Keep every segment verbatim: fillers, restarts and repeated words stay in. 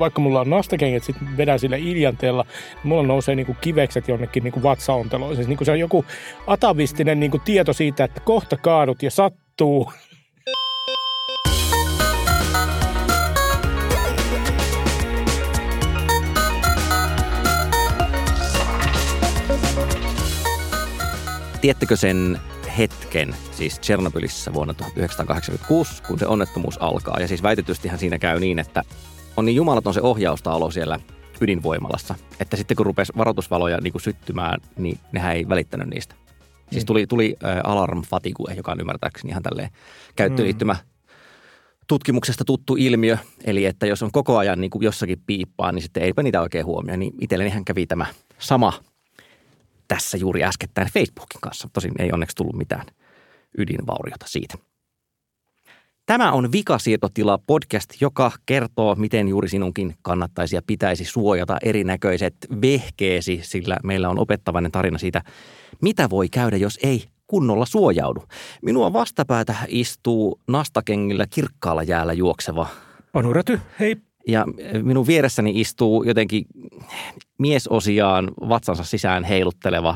vaikka mulla on nastakengät, sitten vedän sillä iljanteella, niin mulla nousee niin kuin kivekset jonnekin niin kuin vatsaonteloon. Siis niin kuin se on joku atavistinen niin kuin tieto siitä, että kohta kaadut ja sattuu. Tiedättekö sen hetken, siis Tšernobylissä vuonna tuhatyhdeksänsataakahdeksankymmentäkuusi, kun se onnettomuus alkaa. Ja siis väitetystihän siinä käy niin, että on niin jumalaton se ohjaustalo siellä ydinvoimalassa, että sitten kun rupesi varoitusvaloja niin kuin syttymään, niin nehän ei välittänyt niistä. Siis tuli, tuli ä, alarm fatigue, joka on ymmärtääkseni ihan tälleen käyttöliittymä tutkimuksesta tuttu ilmiö. Eli että jos on koko ajan niin kuin jossakin piippaa, niin sitten eipä niitä oikein huomioon. Niin itsellenihän kävi tämä sama tässä juuri äskettäin Facebookin kanssa. Tosin ei onneksi tullut mitään ydinvauriota siitä. Tämä on Vikasiirtotila podcast, joka kertoo, miten juuri sinunkin kannattaisi ja pitäisi suojata erinäköiset vehkeesi, sillä meillä on opettavainen tarina siitä, mitä voi käydä, jos ei kunnolla suojaudu. Minua vastapäätä istuu nastakengillä kirkkaalla jäällä juokseva Panu Räty, hei. Ja minun vieressäni istuu jotenkin miesosiaan vatsansa sisään heilutteleva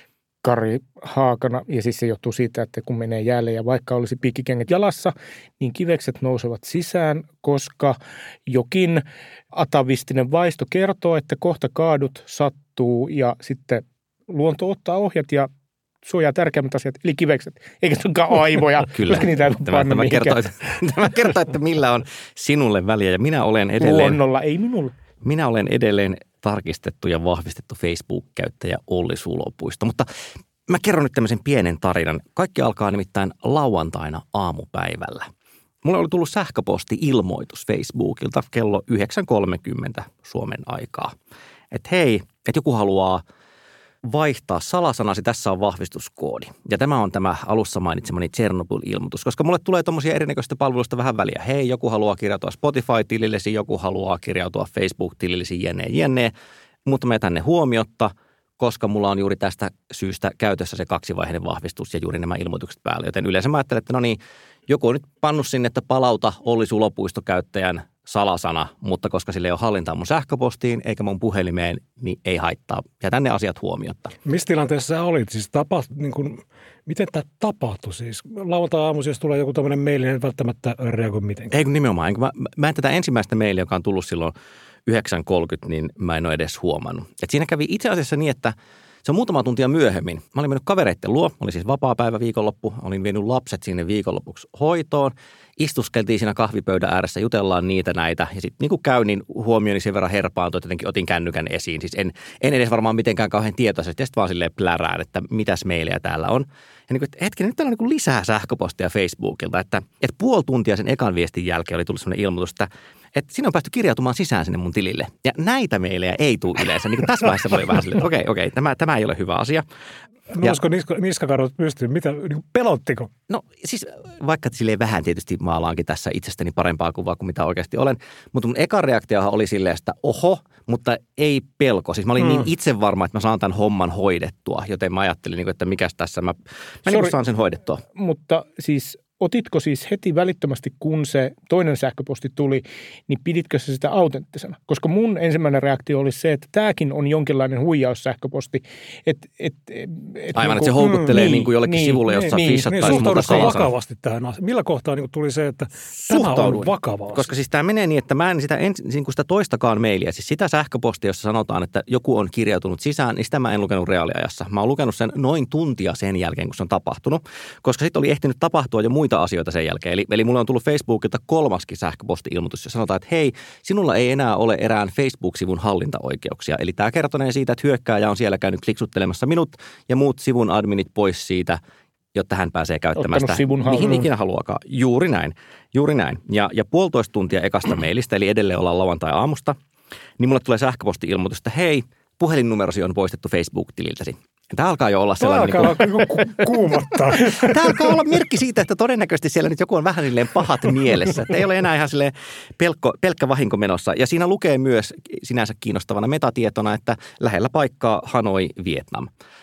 Kari Haakana, ja siis se johtuu siitä, että kun menee jäälle ja vaikka olisi piikkikengät jalassa, niin kivekset nousevat sisään, koska jokin atavistinen vaisto kertoo, että kohta kaadut, sattuu ja sitten luonto ottaa ohjat ja suojaa tärkeimmät asiat, eli kivekset, eikä suinkaan aivoja. Kyllä, niitä ei tämä, tämä, kertoo, tämä kertoo, että millä on sinulle väliä, ja minä olen edelleen luonnolla, ei minulle. Minä olen edelleen tarkistettu ja vahvistettu Facebook-käyttäjä Olli Sulopuisto, mutta mä kerron nyt tämmöisen pienen tarinan. Kaikki alkaa nimittäin lauantaina aamupäivällä. Mulle oli tullut sähköposti-ilmoitus Facebookilta kello yhdeksän kolmekymmentä Suomen aikaa. Että hei, että joku haluaa vaihtaa salasanasi, tässä on vahvistuskoodi. Ja tämä on tämä alussa mainitsemani Tšernobyl-ilmoitus, koska mulle tulee tuommoisia erinäköistä palveluista vähän väliä. Hei, joku haluaa kirjautua Spotify-tilillesi, joku haluaa kirjautua Facebook-tilillesi, jne, jne. Mutta mä jätän ne huomiotta, koska mulla on juuri tästä syystä käytössä se kaksivaiheinen vahvistus ja juuri nämä ilmoitukset päälle. Joten yleensä mä ajattelen, että no niin, joku on nyt pannut sinne, että palauta Olli Sulopuisto-käyttäjän salasana, mutta koska sillä ei ole hallintaa mun sähköpostiin eikä mun puhelimeen, niin ei haittaa. Jätän ne asiat huomiotta. Missä tilanteessa sä olit? Siis tapa, niin kun, miten tämä tapahtui? Siis lauantai-aamuisin, jos tulee joku tämmöinen maili, niin välttämättä reagoi mitenkään. Ei kun nimenomaan. Mä, mä en tätä ensimmäistä mailia, joka on tullut silloin yhdeksän kolmekymmentä, niin mä en ole edes huomannut. Et siinä kävi itse asiassa niin, että se on muutama tuntia myöhemmin. Mä olin mennyt kavereitten luo, oli siis vapaa-päivä viikonloppu, olin vienyt lapset sinne viikonlopuksi hoitoon. Istuskeltiin siinä kahvipöydän ääressä, jutellaan niitä näitä ja sitten niin kuin käy, niin huomioni sen verran herpaantui, että jotenkin otin kännykän esiin. Siis en, en edes varmaan mitenkään kauhean tietoisesti ja sitten vaan silleen plärään, että mitäs meiliä täällä on. Ja niin kuin, että hetken, nyt täällä on niin kuin lisää sähköpostia Facebookilta, että, että puoli tuntia sen ekan viestin jälkeen oli tullut sellainen ilmoitus, että että siinä on päästy kirjautumaan sisään sinne mun tilille. Ja näitä meilejä ei tule yleensä. Niin kuin tässä vaiheessa oli vähän silleen, että okei, okei, tämä, tämä ei ole hyvä asia. No olisiko niska, niskakarvat pystyy? Mitä, niin pelottiko? No siis vaikka silleen vähän tietysti maalaankin tässä itsestäni parempaa kuvaa kuin mitä oikeasti olen. Mutta mun eka reaktiohan oli silleen, että oho, mutta ei pelko. Siis mä olin hmm. niin itse varma, että mä saan tämän homman hoidettua. Joten mä ajattelin, että mikäs tässä, mä, mä niin saan sen hoidettua. Mutta siis otitko siis heti välittömästi, kun se toinen sähköposti tuli, niin piditkö se sitä autenttisena? Koska mun ensimmäinen reaktio oli se, että tämäkin on jonkinlainen huijaussähköposti. Et, et, et, Aivan, että se houkuttelee mm, niin kuin jollekin niin, sivulle, jossa niin, fissattaisiin niin, muuta salasana. Vakavasti tähän asiaan? Millä kohtaa niin tuli se, että tämä on vakava asia? Koska siis tämä menee niin, että mä en sitä, en, niin kuin sitä toistakaan mailia, siis sitä sähköpostia, jossa sanotaan, että joku on kirjautunut sisään, niin sitä mä en lukenut reaaliajassa. Mä oon lukenut sen noin tuntia sen jälkeen, kun se on tapahtunut, koska sitten oli ehtinyt tapahtua jo muita asioita sen jälkeen. Eli, eli mulle on tullut Facebookilta kolmaskin sähköposti-ilmoitus, ja sanotaan, että hei, sinulla ei enää ole erään Facebook-sivun hallintaoikeuksia. Eli tämä kertonee siitä, että hyökkääjä on siellä käynyt kliksuttelemassa minut ja muut sivun adminit pois siitä, jotta hän pääsee käyttämään sitä, mihin ikinä haluakaan. Juuri näin, juuri näin. Ja, ja puolitoista tuntia ekasta mailista, eli edelleen ollaan lauantai-aamusta, niin mulle tulee sähköposti-ilmoitus, että hei, puhelinnumerosi on poistettu Facebook-tililtäsi. Tämä alkaa jo olla sellainen... Tämä alkaa niin kuin... ku- kuumottaa. Tämä alkaa olla merkki siitä, että todennäköisesti siellä nyt joku on vähän silleen pahat mielessä. Että ei ole enää ihan silleen pelkko, pelkkä vahinko menossa. Ja siinä lukee myös sinänsä kiinnostavana metatietona, että lähellä paikkaa Hanoi, Vietnam.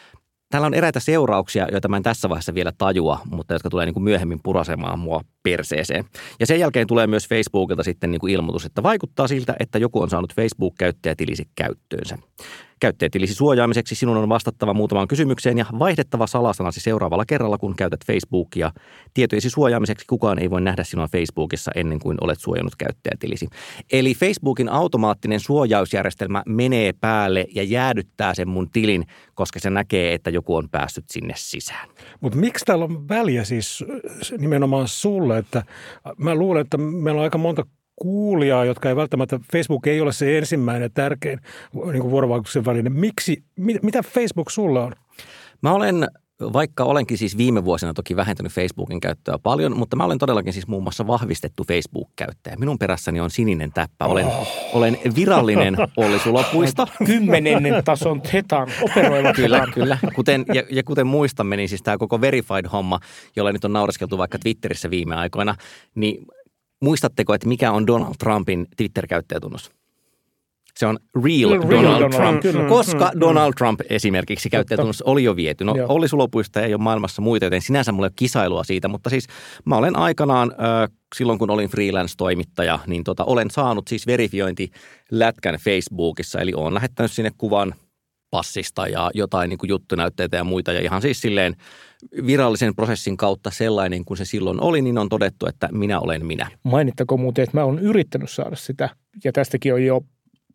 Täällä on eräitä seurauksia, joita mä en tässä vaiheessa vielä tajua, mutta jotka tulee niin kuin myöhemmin purasemaan mua perseeseen. Ja sen jälkeen tulee myös Facebookilta sitten niin kuin ilmoitus, että vaikuttaa siltä, että joku on saanut Facebook-käyttäjätilisi käyttöönsä. Käyttäjätilisi suojaamiseksi sinun on vastattava muutamaan kysymykseen ja vaihdettava salasanasi seuraavalla kerralla, kun käytät Facebookia. Tietojesi suojaamiseksi kukaan ei voi nähdä sinua Facebookissa ennen kuin olet suojannut käyttäjätilisi. Eli Facebookin automaattinen suojausjärjestelmä menee päälle ja jäädyttää sen mun tilin, koska se näkee, että joku on päässyt sinne sisään. Mutta miksi täällä on väliä siis nimenomaan sulle? Että mä luulen, että meillä on aika monta kuulijaa, jotka ei välttämättä, Facebook ei ole se ensimmäinen ja tärkein niin kuin vuorovaikutuksen väline. Miksi, mit, mitä Facebook sulla on? Mä olen, vaikka olenkin siis viime vuosina toki vähentänyt Facebookin käyttöä paljon, mutta mä olen todellakin siis muun muassa vahvistettu Facebook-käyttäjä. Minun perässäni on sininen täppä. Olen, oh. olen virallinen Olli Sulopuisto. Kymmenennen tason tetan, operoiva Kyllä, kyllä. Kuten, ja, ja kuten muistamme, niin siis tämä koko verified-homma, jolla nyt on naureskeltu vaikka Twitterissä viime aikoina, niin muistatteko, että mikä on Donald Trumpin Twitter-käyttäjätunnus? Se on Real, Real Donald, Donald Trump, Trump. Koska mm, Donald Trump esimerkiksi käyttäjätunnus oli jo viety. No Olli Sulopuista ei ole maailmassa muita, joten sinänsä mulla ei ole kisailua siitä, mutta siis mä olen aikanaan, äh, silloin kun olin freelance-toimittaja, niin tota, olen saanut siis verifiointilätkän Facebookissa, eli olen lähettänyt sinne kuvan passista ja jotain niin kuin juttunäytteitä ja muita. Ja ihan siis silleen virallisen prosessin kautta sellainen, kun se silloin oli, niin on todettu, että minä olen minä. Mainittako muuten, että mä olen yrittänyt saada sitä. Ja tästäkin on jo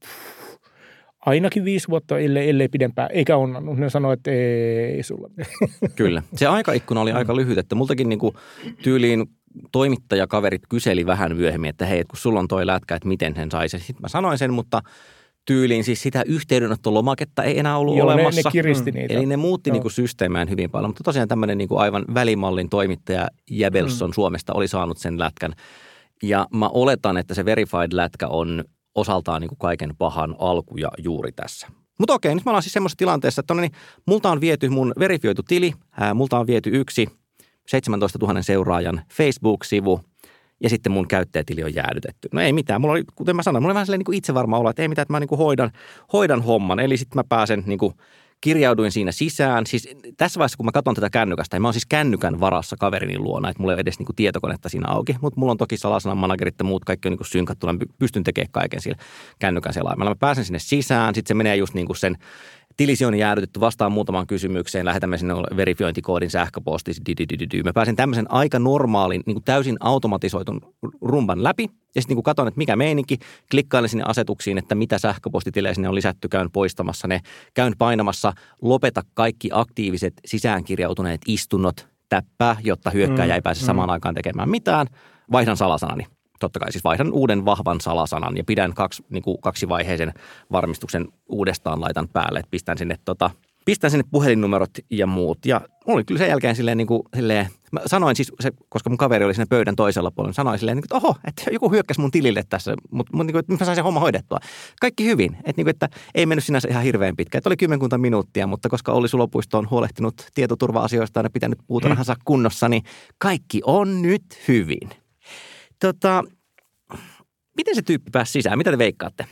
ainakin viisi vuotta, ellei, ellei pidempään, eikä onnannut. Ne sanoi, että ei sulla. Kyllä. Se aikaikkuna oli aika lyhyt, että multakin niin kuin tyyliin toimittajakaverit kyseli vähän myöhemmin, että hei, kun sulla on toi lätkä, että miten sen saisi. Sitten mä sanoin sen, mutta tyyliin siis sitä yhteydenottolomaketta ei enää ollut Joo, olemassa. Ne, ne kiristi mm. niitä. Eli ne muutti niinku systeemään hyvin paljon. Mutta tosiaan tämmöinen niinku aivan välimallin toimittaja Jäbelson mm. Suomesta oli saanut sen lätkän. Ja mä oletan, että se verified-lätkä on osaltaan niinku kaiken pahan alku ja juuri tässä. Mutta okei, nyt me ollaan siis semmoisessa tilanteessa, että niin, multa on viety mun verifioitu tili, ää, multa on viety yksi seitsemäntoistatuhatta seuraajan Facebook-sivu. Ja sitten mun käyttäjätili on jäädytetty. No ei mitään. Mulla oli, kuten mä sanoin, mulla oli vähän sellainen niin itsevarma olo, että ei mitään, että mä niin kuin hoidan, hoidan homman. Eli sitten mä pääsen, niin kuin, kirjauduin siinä sisään. Siis tässä vaiheessa, kun mä katson tätä kännykästä, niin mä oon siis kännykän varassa kaverini luona, että mulla ei ole edes niin kuin tietokonetta siinä auki. Mutta mulla on toki salasanan managerit ja muut, kaikki on niin kuin synkattuna. Mä pystyn tekemään kaiken sillä kännykän selaimella. Mä pääsen sinne sisään, sitten se menee just niin kuin sen tilisi on jäädytetty vastaan muutamaan kysymykseen, lähetämme sinne verifiointikoodin sähköpostissa, mä pääsin tämmöisen aika normaalin, niin kuin täysin automatisoitun rumban läpi, ja sitten niin katson, että mikä meininki, klikkailen sinne asetuksiin, että mitä sähköpostitilejä sinne on lisätty, käyn poistamassa ne, käyn painamassa, lopeta kaikki aktiiviset sisäänkirjautuneet istunnot, täppää, jotta hyökkääjä ei pääse mm, samaan mm. aikaan tekemään mitään, vaihdan salasanani. Totta kai siis vaihdan uuden vahvan salasanan ja pidän kaksi, niin kuin kaksivaiheisen varmistuksen uudestaan laitan päälle. Että pistän sinne, tota, pistän sinne puhelinnumerot ja muut. Ja oli kyllä sen jälkeen silleen, niin kuin, silleen mä sanoin siis, se, koska mun kaveri oli siinä pöydän toisella puolella, sanoin silleen, että oho, että joku hyökkäsi mun tilille tässä, mutta mut, niin että mä sain sen homma hoidettua. Kaikki hyvin, että, niin kuin, että ei mennyt sinänsä ihan hirveän pitkä. Että oli kymmenkunta minuuttia, mutta koska Olli Sulopuisto on huolehtinut tietoturva-asioista ja pitänyt puutarhansa kunnossa, niin kaikki on nyt hyvin. Tota, miten se tyyppi pääsi sisään? Mitä te veikkaatte?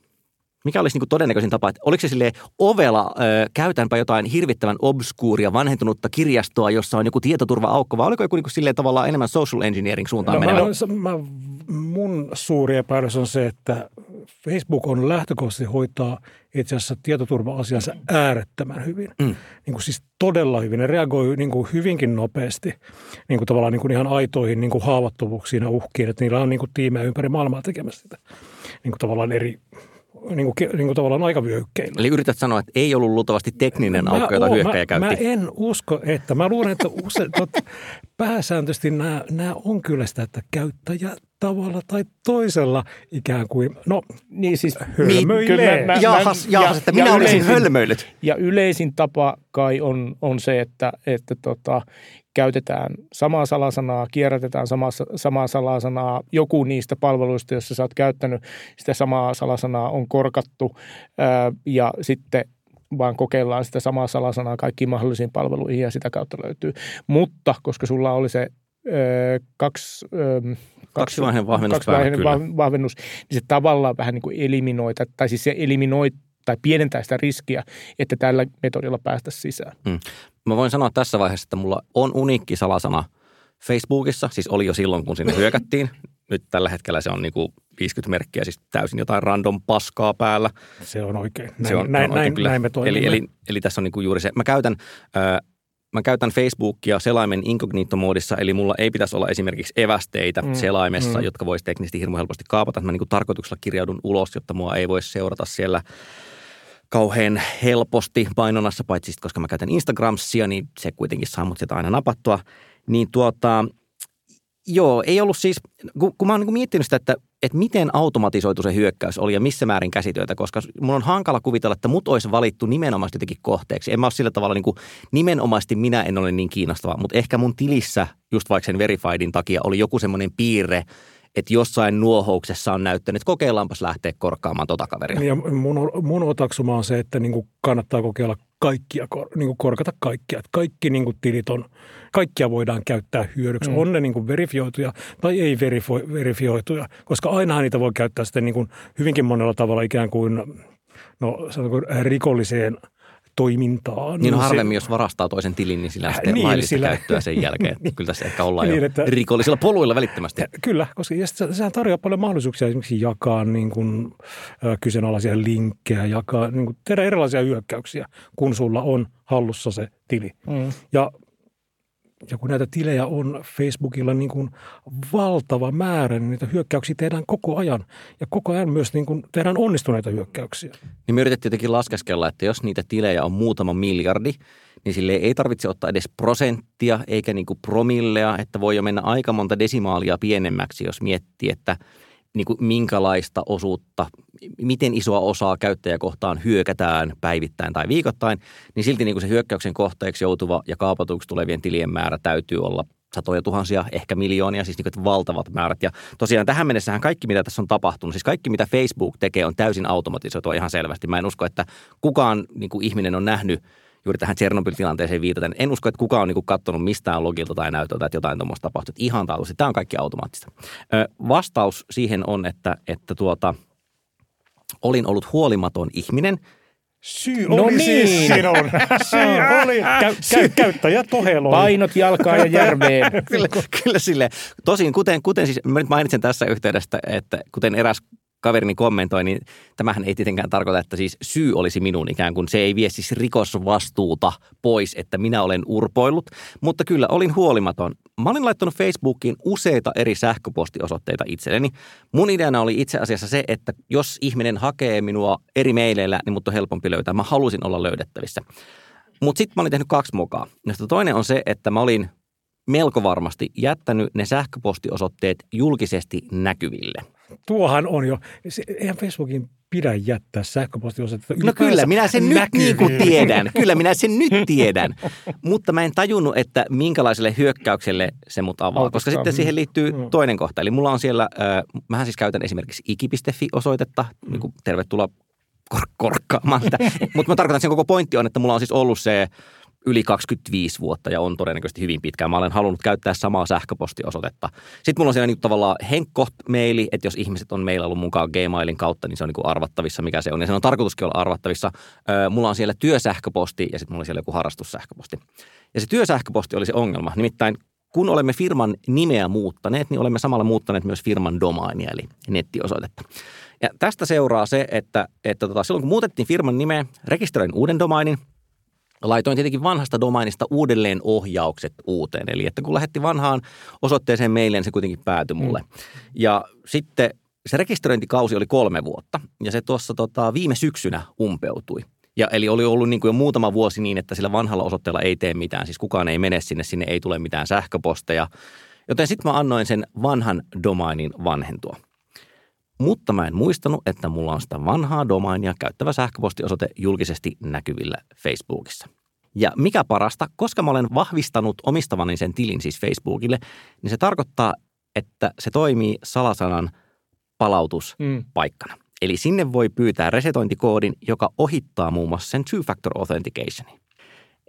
Mikä olisi niin kuin todennäköisin tapa, että oliko se silleen ovela, ö, käytänpä jotain hirvittävän obskuuria, vanhentunutta kirjastoa, jossa on joku tietoturva-aukko, vai oliko joku niin kuin silleen tavallaan enemmän social engineering suuntaan no, menevä? Mä, mä, mun suuri epäilys on se, että Facebook on lähtökohtaisesti hoitaa itse asiassa tietoturva-asiansa äärettömän hyvin. Mm. Niin kuin siis todella hyvin. Ne reagoi niin kuin hyvinkin nopeasti niin kuin tavallaan niin kuin ihan aitoihin niin kuin haavoittuvuuksiin ja uhkiin, että niillä on niin kuin tiimejä ympäri maailmaa tekemässä sitä niin kuin tavallaan eri niin kuin, niin kuin tavallaan aikavyöhykkeillä. Eli yrität sanoa, että ei ollut luultavasti tekninen aukko, jota hyökkäjä käytti. Mä en usko, että mä luulen, että usein, tot, pääsääntöisesti nämä, nämä on kyllä sitä, että käyttäjä tavalla tai toisella ikään kuin, no niin siis hölmöilee. Mä, jaahas, mä, jaahas, ja, että minä ja olisin yleisin, hölmöillyt. Ja yleisin tapa kai on, on se, että, että tota, käytetään samaa salasanaa, kierrätetään samaa, samaa salasanaa. Joku niistä palveluista, joissa sä oot käyttänyt sitä samaa salasanaa, on korkattu ää, ja sitten vaan kokeillaan sitä samaa salasanaa kaikkiin mahdollisiin palveluihin ja sitä kautta löytyy. Mutta koska sulla oli se Öö, kaksi, öö, kaksivaiheen vahvennuspäälle, kaksivaiheen vahvennus, niin se tavallaan vähän niin kuin eliminoita, tai siis se eliminoi tai pienentää sitä riskiä, että tällä metodilla päästä sisään. Mm. Mä voin sanoa tässä vaiheessa, että mulla on uniikki salasana Facebookissa, siis oli jo silloin, kun sinne hyökättiin. Nyt tällä hetkellä se on niinku viisikymmentä merkkiä, siis täysin jotain random paskaa päällä. Se on oikein. Näin, se on, näin, on oikein näin, näin me toimimme. Eli, eli, eli tässä on niinku juuri se. Mä käytän, äh, mä käytän Facebookia selaimen incognito-moodissa, eli mulla ei pitäisi olla esimerkiksi evästeitä mm. selaimessa, mm. jotka voisi teknisesti hirveän helposti kaapata. Mä niinku tarkoituksella kirjaudun ulos, jotta mua ei voisi seurata siellä kauhean helposti painonnassa, paitsi sit, koska mä käytän Instagramsia, niin se kuitenkin saa mut sieltä aina napattua. Niin tuota, joo, ei ollut siis, kun, kun mä oon niin miettinyt sitä, että, että miten automatisoitu se hyökkäys oli ja missä määrin käsityötä, koska mun on hankala kuvitella, että mut olisi valittu nimenomaisesti jotenkin kohteeksi. En mä ole sillä tavalla niin kuin, nimenomaisesti minä en ole niin kiinnostava, mutta ehkä mun tilissä just vaikka sen verifiedin takia oli joku semmoinen piirre, että jossain nuohouksessa on näyttänyt, että kokeillaanpas lähteä korkkaamaan tota kaveria. Ja mun, mun otaksuma on se, että niin kuin kannattaa kokeilla kaikkia, niin kuin korkata kaikkia. Että kaikki niin kuin tilit on, kaikkia voidaan käyttää hyödyksi. Mm. On ne niin kuin verifioituja tai ei verifo, verifioituja, koska ainahan niitä voi käyttää sitten niin kuin hyvinkin monella tavalla ikään kuin no, rikolliseen toimintaan. Niin on harvemmin, se, jos varastaa toisen tilin, niin sillä on sitten niin, laillista sillä, käyttöä sen jälkeen. Kyllä tässä ehkä ollaan niin, jo että, rikollisilla poluilla välittömästi. Kyllä, koska sehän tarjoaa paljon mahdollisuuksia esimerkiksi jakaa niin kuin, äh, kyseenalaisia linkkejä, jakaa, niin kuin, tehdä erilaisia hyökkäyksiä, kun sulla on hallussa se tili. Mm. Ja Ja kun näitä tilejä on Facebookilla niin kuin valtava määrä, niin niitä hyökkäyksiä tehdään koko ajan. Ja koko ajan myös niin kuin tehdään onnistuneita hyökkäyksiä. Niin me yritettiin jotenkin laskeskella, että jos niitä tilejä on muutama miljardi, niin sille ei tarvitse ottaa edes prosenttia eikä niin kuin promillea, että voi jo mennä aika monta desimaalia pienemmäksi, jos miettii, että niin kuin minkälaista osuutta, miten isoa osaa käyttäjäkohtaan hyökätään päivittäin tai viikoittain, niin silti niin kuin se hyökkäyksen kohteeksi joutuva ja kaapatuiksi tulevien tilien määrä täytyy olla satoja tuhansia, ehkä miljoonia, siis niin kuin valtavat määrät. Ja tosiaan tähän mennessähän kaikki, mitä tässä on tapahtunut, siis kaikki, mitä Facebook tekee, on täysin automatisoitua ihan selvästi. Mä en usko, että kukaan niin kuin ihminen on nähnyt juuri tähän Tšernobyl-tilanteeseen viitaten. En usko, että kukaan on niin kuin katsonut mistään logilta tai näytöltä, että jotain tuommoista tapahtuu. Ihan taatusti. Tämä on kaikki automaattista. Ö, vastaus siihen on, että, että tuota, olin ollut huolimaton ihminen. Syy oli no niin. siis sinun. Syy oli Käy, käy, käyttäjä toheloi. Painot jalkaa ja järveen. kyllä, kyllä silleen. Tosin, kuten, kuten siis, mä nyt mainitsen tässä yhteydessä, että kuten eräs kaverini kommentoi, niin tämähän ei tietenkään tarkoita, että siis syy olisi minun ikään kuin. Se ei vie siis rikosvastuuta pois, että minä olen urpoillut, mutta kyllä olin huolimaton. Mä olin laittanut Facebookiin useita eri sähköpostiosoitteita itselleni. Mun ideana oli itse asiassa se, että jos ihminen hakee minua eri maileillä, niin mut on helpompi löytää. Mä halusin olla löydettävissä. Mutta sitten mä olin tehnyt kaksi mokaa. Josta toinen on se, että mä olin melko varmasti jättänyt ne sähköpostiosoitteet julkisesti näkyville. Tuohan on jo, eihän Facebookin pidä jättää sähköpostiosoitteita. No kyllä, minä sen nyt niin kuin tiedän. Kyllä, minä sen nyt tiedän. Mutta mä en tajunnut, että minkälaiselle hyökkäykselle se mut avaa. Autustaan. Koska sitten siihen liittyy mm. toinen kohta. Eli mulla on siellä, äh, mähän siis käytän esimerkiksi iki piste fi-osoitetta. Mm. Niin kuin tervetuloa kor- korkkaamaan sitä. Mutta mä tarkoitan, että sen koko pointti on, että mulla on siis ollut se yli kaksikymmentäviisi vuotta ja on todennäköisesti hyvin pitkään. Mä olen halunnut käyttää samaa sähköpostiosoitetta. Sitten mulla on siellä niin tavallaan henkkoht-meili, että jos ihmiset on meillä ollut mukaan Gmailin kautta, niin se on niin arvattavissa, mikä se on. Ja se on tarkoituskin olla arvattavissa. Mulla on siellä työsähköposti ja sitten mulla on siellä joku harrastussähköposti. Ja se työsähköposti oli se ongelma. Nimittäin kun olemme firman nimeä muuttaneet, niin olemme samalla muuttaneet myös firman domainia, eli nettiosoitetta. Ja tästä seuraa se, että, että tota, silloin kun muutettiin firman nimeä, rekisteröin uuden domainin, laitoin tietenkin vanhasta domainista uudelleen ohjaukset uuteen. Eli että kun lähetti vanhaan osoitteeseen meille, niin se kuitenkin päätyi mulle. Mm. Ja sitten se rekisteröintikausi oli kolme vuotta ja se tuossa tota, viime syksynä umpeutui. Ja eli oli ollut niin kuin jo muutama vuosi niin, että sillä vanhalla osoitteella ei tee mitään. Siis kukaan ei mene sinne, sinne ei tule mitään sähköposteja. Joten sitten mä annoin sen vanhan domainin vanhentua. Mutta mä en muistanut, että mulla on sitä vanhaa domainia käyttävä sähköpostiosoite julkisesti näkyvillä Facebookissa. Ja mikä parasta, koska mä olen vahvistanut omistavani sen tilin siis Facebookille, niin se tarkoittaa, että se toimii salasanan palautuspaikkana. Mm. Eli sinne voi pyytää resetointikoodin, joka ohittaa muun muassa sen two-factor authenticationin.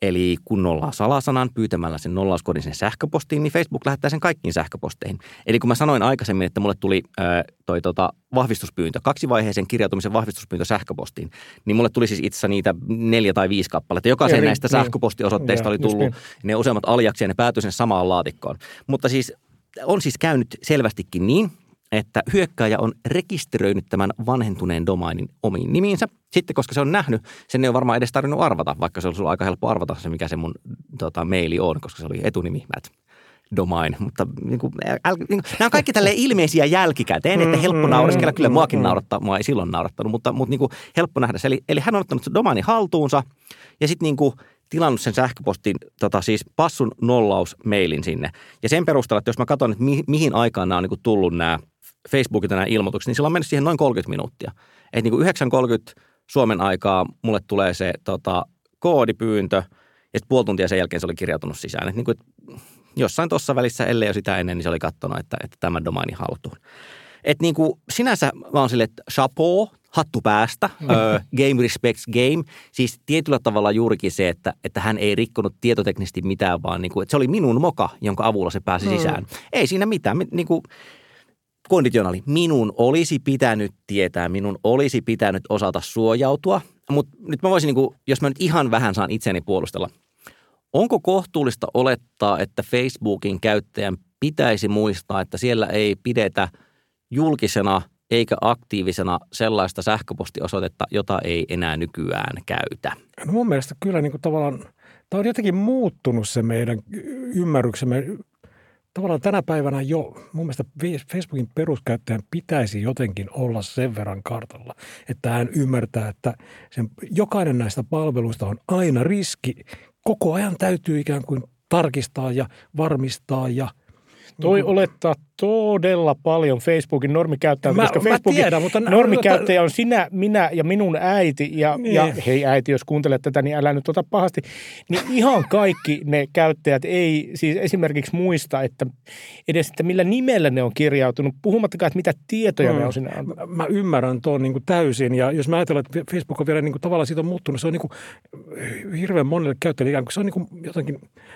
Eli kun nollaa salasanan pyytämällä sen nollauskodin sen sähköpostiin, niin Facebook lähettää sen kaikkiin sähköposteihin. Eli kun mä sanoin aikaisemmin, että mulle tuli ää, toi tota, vahvistuspyyntö, kaksivaiheisen kirjautumisen vahvistuspyyntö sähköpostiin, niin mulle tuli siis itse niitä neljä tai viisi kappaletta. Jokaisen Eri, näistä niin. sähköpostiosoitteista ja, oli tullut niin. ne useammat aliaksi ja ne päätyi sen samaan laatikkoon. Mutta siis on siis käynyt selvästikin niin, että hyökkääjä on rekisteröinyt tämän vanhentuneen domainin omiin nimiinsä. Sitten, koska se on nähnyt, sen ei ole varmaan edes tarvinnut arvata, vaikka se olisi ollut aika helppo arvata se, mikä se mun tota, maili on, koska se oli etunimi, at domain. Mutta niin kuin, äl, niin kuin, nämä on kaikki tälleen ilmeisiä jälkikäteen, että helppo naureskella. Kyllä muakin naurattaa, mua ei silloin naurattanut, mutta, mutta niin kuin, helppo nähdä se. Eli, eli hän on ottanut se domainin haltuunsa ja sitten niin kuin tilannut sen sähköpostin, tota, siis passun nollausmailin sinne. Ja sen perusteella, että jos mä katson, että mi, mihin aikaan nämä on niin kuin tullut nämä Facebookilta nämä ilmoitukset, niin sillä on mennyt siihen noin kolmekymmentä minuuttia. Että niin kuin yhdeksän kolmekymmentä Suomen aikaa mulle tulee se tota, koodipyyntö ja sitten puoli tuntia sen jälkeen se oli kirjautunut sisään. Että niin kuin, jossain tuossa välissä, ellei jo sitä ennen, niin se oli katsonut, että, että tämä domaini haltuun. Että niin kuin sinänsä mä oon silleen, että chapeau, hattu päästä, mm. ö, game respects game. Siis tietyllä tavalla juurikin se, että, että hän ei rikkonut tietoteknisesti mitään, vaan niin kuin, että se oli minun moka, jonka avulla se pääsi mm. sisään. Ei siinä mitään. Niin kuin, konditionaali. Minun olisi pitänyt tietää, minun olisi pitänyt osata suojautua, mutta nyt mä voisin, niin kuin, jos mä nyt ihan vähän saan itseni puolustella. Onko kohtuullista olettaa, että Facebookin käyttäjän pitäisi muistaa, että siellä ei pidetä julkisena eikä aktiivisena sellaista sähköpostiosoitetta, jota ei enää nykyään käytä? No mun mielestä kyllä niin kuin tavallaan, tämä on jotenkin muuttunut se meidän ymmärryksemme. Tavallaan tänä päivänä jo mun mielestä Facebookin peruskäyttäjän pitäisi jotenkin olla sen verran kartalla, että hän ymmärtää, että sen, jokainen näistä palveluista on aina riski. Koko ajan täytyy ikään kuin tarkistaa ja varmistaa ja Toi olettaa todella paljon Facebookin normikäyttäjältä, koska mä Facebookin tiedän, mutta normikäyttäjä on sinä, minä ja minun äiti. Ja, niin. ja hei äiti, jos kuuntelet tätä, niin älä nyt ota pahasti. Niin ihan kaikki ne käyttäjät ei siis esimerkiksi muista, että edes että millä nimellä ne on kirjautunut, puhumattakaan, että mitä tietoja mm. ne on sinne antanut. Mä ymmärrän tuon niin kuin täysin ja jos mä ajatellaan, että Facebook on vielä niin kuin, tavallaan siitä on muuttunut, se on niin kuin, hirveän monelle käyttäjälle ikään kuin se on niin kuin jotenkin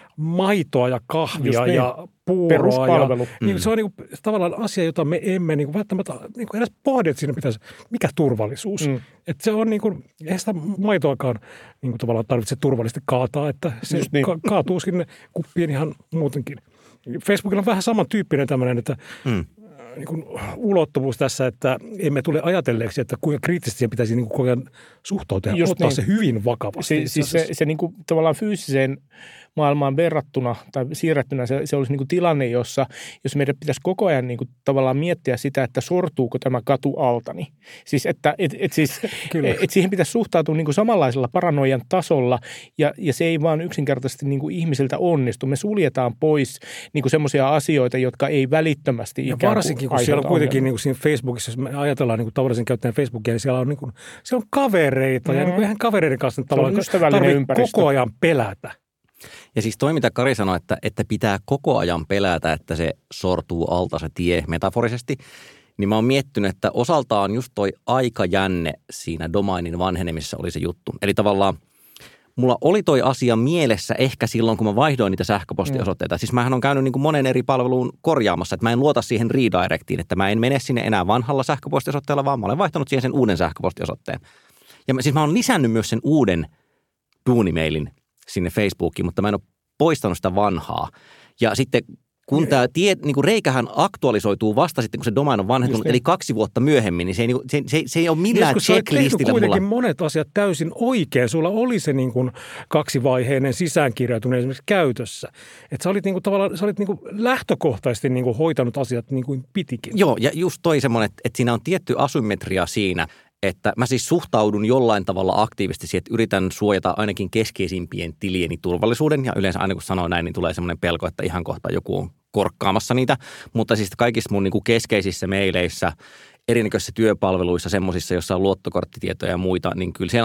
maitoa ja kahvia niin. ja puuroa. Peruspalvelu. Ja, mm. niin se on niin kuin, tavallaan asia, jota me emme niin kuin, välttämättä niin kuin edes pohdi, että siinä pitäisi, mikä turvallisuus. Mm. Että se on niin kuin, eihän sitä maitoakaan niin kuin, tavallaan tarvitse turvallisesti kaataa, että se niin. ka- kaatuu sinne kuppiin ihan muutenkin. Facebookilla on vähän samantyyppinen tämmöinen, että mm. niin kuin ulottuvuus tässä, että emme tule ajatelleeksi, että kuinka kriittisesti siihen pitäisi niin kuin koko ajan suhtautua ja ottaa niin. se hyvin vakavasti. Si- siis se, se niin kuin tavallaan fyysiseen maailmaan verrattuna tai siirrettynä se, se olisi niin kuin tilanne, jossa jos meidän pitäisi koko ajan niin kuin tavallaan miettiä sitä, että sortuuko tämä katu altani. Siis että et, et siis, et siihen pitäisi suhtautua niin kuin samanlaisella paranoian tasolla ja, ja se ei vaan yksinkertaisesti niin kuin ihmisiltä onnistu. Me suljetaan pois niin kuin semmoisia asioita, jotka ei välittömästi ja varsinkin, kun siellä on kuitenkin niin kuin siinä Facebookissa, jos me ajatellaan niin kuin tavallisen käyttäjän Facebookia, niin siellä on, niin kuin, siellä on kavereita mm. ja niin kuin eihän kavereiden kanssa tarvitse koko ajan pelätä. Ja siis toi, mitä Kari sanoi, että, että pitää koko ajan pelätä, että se sortuu alta se tie metaforisesti, niin mä oon miettinyt, että osaltaan just toi aikajänne siinä domainin vanhenemisessa oli se juttu. Eli tavallaan mulla oli toi asia mielessä ehkä silloin, kun mä vaihdoin niitä sähköpostiosoitteita. Mm. Siis mähän on käynyt niin kuin monen eri palveluun korjaamassa, että mä en luota siihen redirectiin, että mä en mene sinne enää vanhalla sähköpostiosoitteella, vaan mä olen vaihtanut siihen sen uuden sähköpostiosoitteen. Ja mä, siis mä oon lisännyt myös sen uuden duunimailin sinne Facebookiin, mutta mä en ole poistanut sitä vanhaa. Ja sitten kun tämä tie, niin kuin reikähän aktualisoituu vasta sitten, kun se domain on vanhentunut, niin. eli kaksi vuotta myöhemmin, niin se ei, se, se, se ei ole millään checklistillä mulla. Kuitenkin monet asiat täysin oikein. Sulla oli se niin kuin kaksivaiheinen sisäänkirjautuminen esimerkiksi käytössä. Että sä olit, niin kuin, tavallaan, sä olit niin kuin lähtökohtaisesti niin kuin hoitanut asiat niin kuin pitikin. Joo, ja just toi semmoinen, että, että siinä on tietty asymmetria siinä, että mä siis suhtaudun jollain tavalla aktiivisesti siihen, että yritän suojata ainakin keskeisimpien tilieni turvallisuuden. Ja yleensä aina kun sanoo näin, niin tulee semmoinen pelko, että ihan kohta joku on korkkaamassa niitä. Mutta siis kaikissa mun niin kuin keskeisissä meileissä, erinäköisissä työpalveluissa, semmoisissa, joissa on luottokorttitietoja ja muita, niin kyllä siellä on niin kuin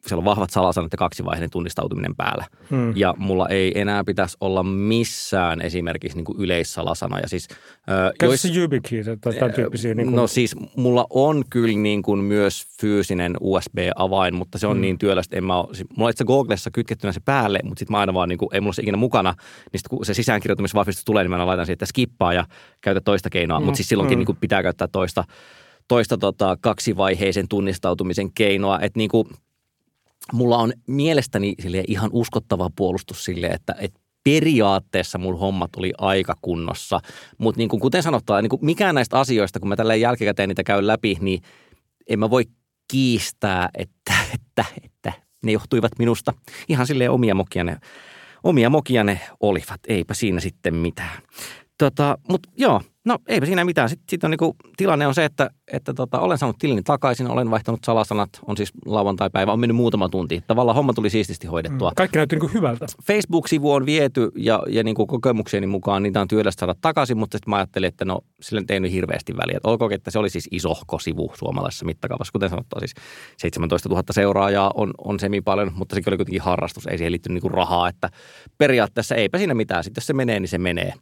siellä on vahvat salasanat ja kaksivaiheinen tunnistautuminen päällä. Hmm. Ja mulla ei enää pitäisi olla missään esimerkiksi niin kuin yleissalasanoja. Siis, Käytä se YubiKey tai tämän tyyppisiä? Niin kuin... No siis mulla on kyllä niin kuin myös fyysinen U S B-avain, mutta se on hmm. niin työlästä. En mä ole, mulla on itse Googlessa kytkettynä se päälle, mutta sitten mä aina vaan, niin kuin, ei mulla se ikinä mukana. Niin sit, kun se sisäänkirjoitumisvahvistus tulee, niin mä laitan siihen, että skippaa ja käytä toista keinoa. Hmm. Mutta siis silloinkin hmm. niin kuin pitää käyttää toista, toista tota, kaksivaiheisen tunnistautumisen keinoa. Että niin kuin mulla on mielestäni ihan uskottava puolustus sille, että, että periaatteessa mun hommat oli aika kunnossa. Mutta niin kuten sanottaan, niin mikään näistä asioista, kun mä tälleen jälkikäteen niitä käyn läpi, niin en mä voi kiistää, että, että, että ne johtuivat minusta. Ihan silleen omia mokia ne, omia mokia ne olivat. Eipä siinä sitten mitään. Tota, mutta joo, no eipä siinä mitään. Sitten sit on niinku, tilanne on se, että, että tota, olen saanut tilini takaisin, olen vaihtanut salasanat, on siis lauantai-päivä, on mennyt muutama tunti. Tavallaan homma tuli siististi hoidettua. Mm, kaikki näytti niinku hyvältä. Facebook-sivu on viety ja, ja niinku kokemukseni mukaan niitä on työlästä saada takaisin, mutta sitten mä ajattelin, että no sillä ei tehnyt hirveästi väliä. Olkoon, että se oli siis isohko sivu suomalaisessa mittakaavassa. Kuten sanottua, siis seitsemäntoistatuhatta seuraajaa on, on semi paljon, mutta sekin oli kuitenkin harrastus, ei siihen liittynyt niinku rahaa, että periaatteessa eipä siinä mitään. Sitten jos se menee, niin se menee.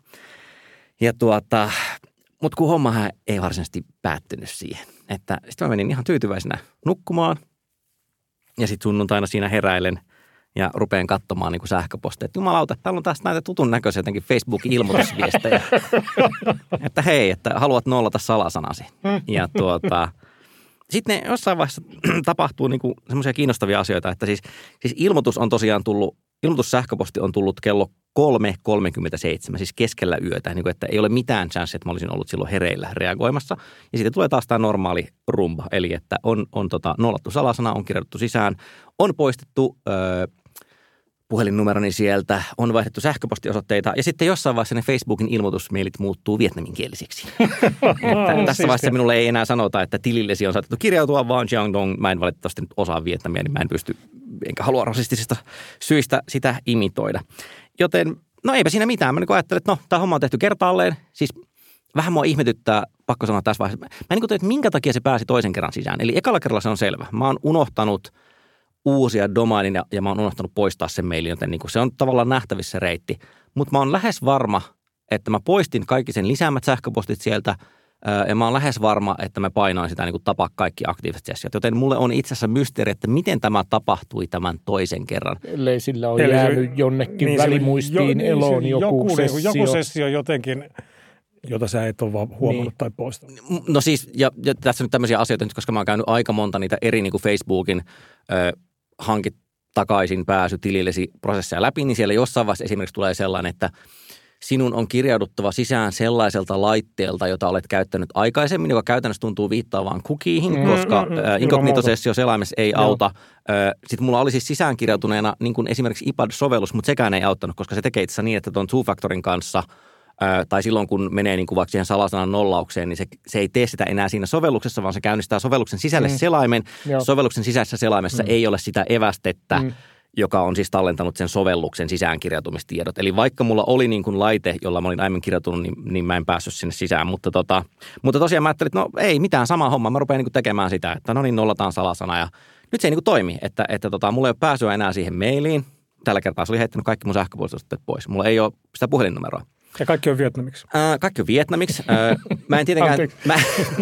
Ja tuota, mutta kun hommahan ei varsinaisesti päättynyt siihen, että sitten mä menin ihan tyytyväisenä nukkumaan ja sitten sunnuntaina siinä heräilen ja rupean katsomaan niin kuin sähköposteja, että jumalauta, täällä on taas näitä tutun näköisiä jotenkin Facebookin ilmoitusviestejä, että hei, että haluat nollata salasanasi. Ja tuota, sitten ne jossain vaiheessa tapahtuu niin kuin semmoisia kiinnostavia asioita, että siis, siis ilmoitus on tosiaan tullut, ilmoitussähköposti on tullut kello kolme kolmekymmentäseitsemän, siis keskellä yötä, niin kuin, että ei ole mitään chance, että mä olisin ollut silloin hereillä reagoimassa. Ja sitten tulee taas tämä normaali rumba, eli että on, on tota, nollattu salasana, on kirjoitettu sisään, on poistettu öö, puhelinnumeroni sieltä, on vaihdettu sähköpostiosoitteita ja sitten jossain vaiheessa ne Facebookin ilmoitusmailit muuttuu vietnaminkielisiksi. Että tässä vaiheessa minulle ei enää sanota, että tilillesi on saatettu kirjautua, vaan Jiangdong, mä en valitettavasti nyt osaa vietnamia, niin mä en pysty, enkä halua rasistisista syistä sitä imitoida. Joten, no eipä siinä mitään. Mä niin ajattelin, että no, tämä homma on tehty kertaalleen. Siis vähän mua ihmetyttää, pakko sanoa tässä vaiheessa. Mä niin kuin, että minkä takia se pääsi toisen kerran sisään. Eli ekalla kerralla se on selvä. Mä oon unohtanut uusia domainin ja, ja mä oon unohtanut poistaa sen mailin, joten niin kuin se on tavallaan nähtävissä reitti. Mutta mä oon lähes varma, että mä poistin kaikki sen lisäämät sähköpostit sieltä ja mä oon lähes varma, että mä painoin sitä niin kuin tapaa kaikki aktiiviset sessiot. Joten mulle on itse asiassa mysteeri, että miten tämä tapahtui tämän toisen kerran. Ellei sillä on Eli jäänyt jonnekin niin, välimuistiin jo, eloon joku, joku sessio. Joku sessio jotenkin, jota sä et ole vaan huomannut niin. tai poistanut. No siis, ja, ja tässä nyt tämmöisiä asioita, nyt, koska mä oon käynyt aika monta niitä eri niin kuin Facebookin ö, hankit takaisin pääsy tilillesi prosesseja läpi, niin siellä jossain vaiheessa esimerkiksi tulee sellainen, että sinun on kirjauduttava sisään sellaiselta laitteelta, jota olet käyttänyt aikaisemmin, joka käytännössä tuntuu viittaavaan kukiihin, mm, koska mm, äh, inkognito-sessio selaimessa ei Joo. auta. Äh, Sitten mulla oli siis sisäänkirjautuneena niin kuin esimerkiksi I P A D-sovellus, mutta sekään ei auttanut, koska se tekee itse niin, että tuon two-factorin kanssa äh, tai silloin kun menee niin kuin vaikka siihen salasanan nollaukseen, niin se, se ei tee sitä enää siinä sovelluksessa, vaan se käynnistää sovelluksen sisälle mm. selaimen. Joo. Sovelluksen sisäisessä selaimessa mm. ei ole sitä evästettä, mm. joka on siis tallentanut sen sovelluksen sisäänkirjautumistiedot. Eli vaikka mulla oli niin kuin laite, jolla mä olin aiemmin kirjautunut, niin, niin mä en päässyt sinne sisään. Mutta, tota, mutta tosiaan mä ajattelin, että no ei mitään, sama homma. Mä rupean niin kuin tekemään sitä, että no niin, nollataan salasana. Ja nyt se ei niin kuin toimi, että, että tota, mulla ei ole pääsyä enää siihen mailiin. Tällä kertaa se oli heittänyt kaikki mun sähköpostit pois. Mulla ei ole sitä puhelinnumeroa. Ja kaikki on vietnamiksi. Äh, kaikki on vietnamiksi. Äh, mä en tietenkään... mä,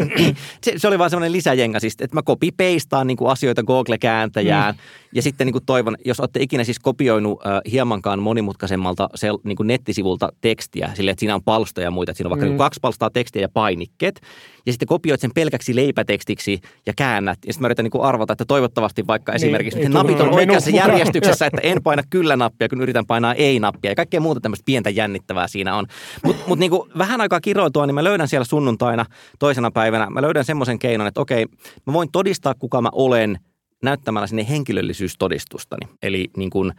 se, se oli vaan semmoinen lisäjenga, siis, että mä copy-pastaan niin kuin asioita Google-kääntäjään. Mm. Ja sitten niin kuin toivon, jos olette ikinä siis kopioinut äh, hiemankaan monimutkaisemmalta sel, niin kuin nettisivulta tekstiä, silleen, että siinä on palstoja ja muita, että siinä on vaikka mm. niin kaksi palstaa tekstiä ja painikkeet. Ja sitten kopioit sen pelkäksi leipätekstiksi ja käännät. Ja sitten mä yritän niin kuin arvata, että toivottavasti vaikka esimerkiksi niin, napit on oikeassa järjestyksessä, että en paina kyllä-nappia, kun yritän painaa ei-nappia. Ja kaikkea muuta tämmöistä pientä jännittävää siinä on. Mutta mut niin kuin vähän aikaa kiroiltua, niin mä löydän siellä sunnuntaina toisena päivänä, mä löydän semmoisen keinon, että okei, mä voin todistaa, kuka mä olen näyttämällä sinne henkilöllisyystodistustani. Eli niin kuin,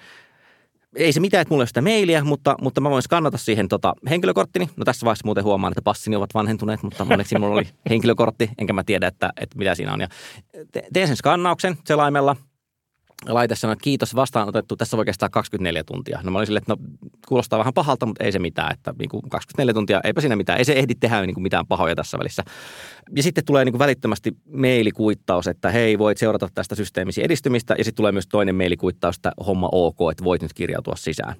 ei se mitään, että mulla ei ole sitä mailia, mutta, mutta mä voin skannata siihen tota henkilökorttini. No tässä vaiheessa muuten huomaan, että passini ovat vanhentuneet, mutta onneksi mulla oli henkilökortti, enkä mä tiedä, että, että mitä siinä on. Ja teen sen skannauksen selaimella. laite sanoi, että kiitos, vastaanotettu, tässä voi kestää kaksikymmentäneljä tuntia. No mä olin silleen, että no kuulostaa vähän pahalta, mutta ei se mitään, että niin kuin kaksikymmentäneljä tuntia, eipä siinä mitään, ei se ehdi tehdä niin kuin mitään pahoja tässä välissä. Ja sitten tulee niin kuin välittömästi mailikuittaus, että hei, voit seurata tästä systeemisi edistymistä, ja sitten tulee myös toinen mailikuittaus, että homma ok, että voit nyt kirjautua sisään.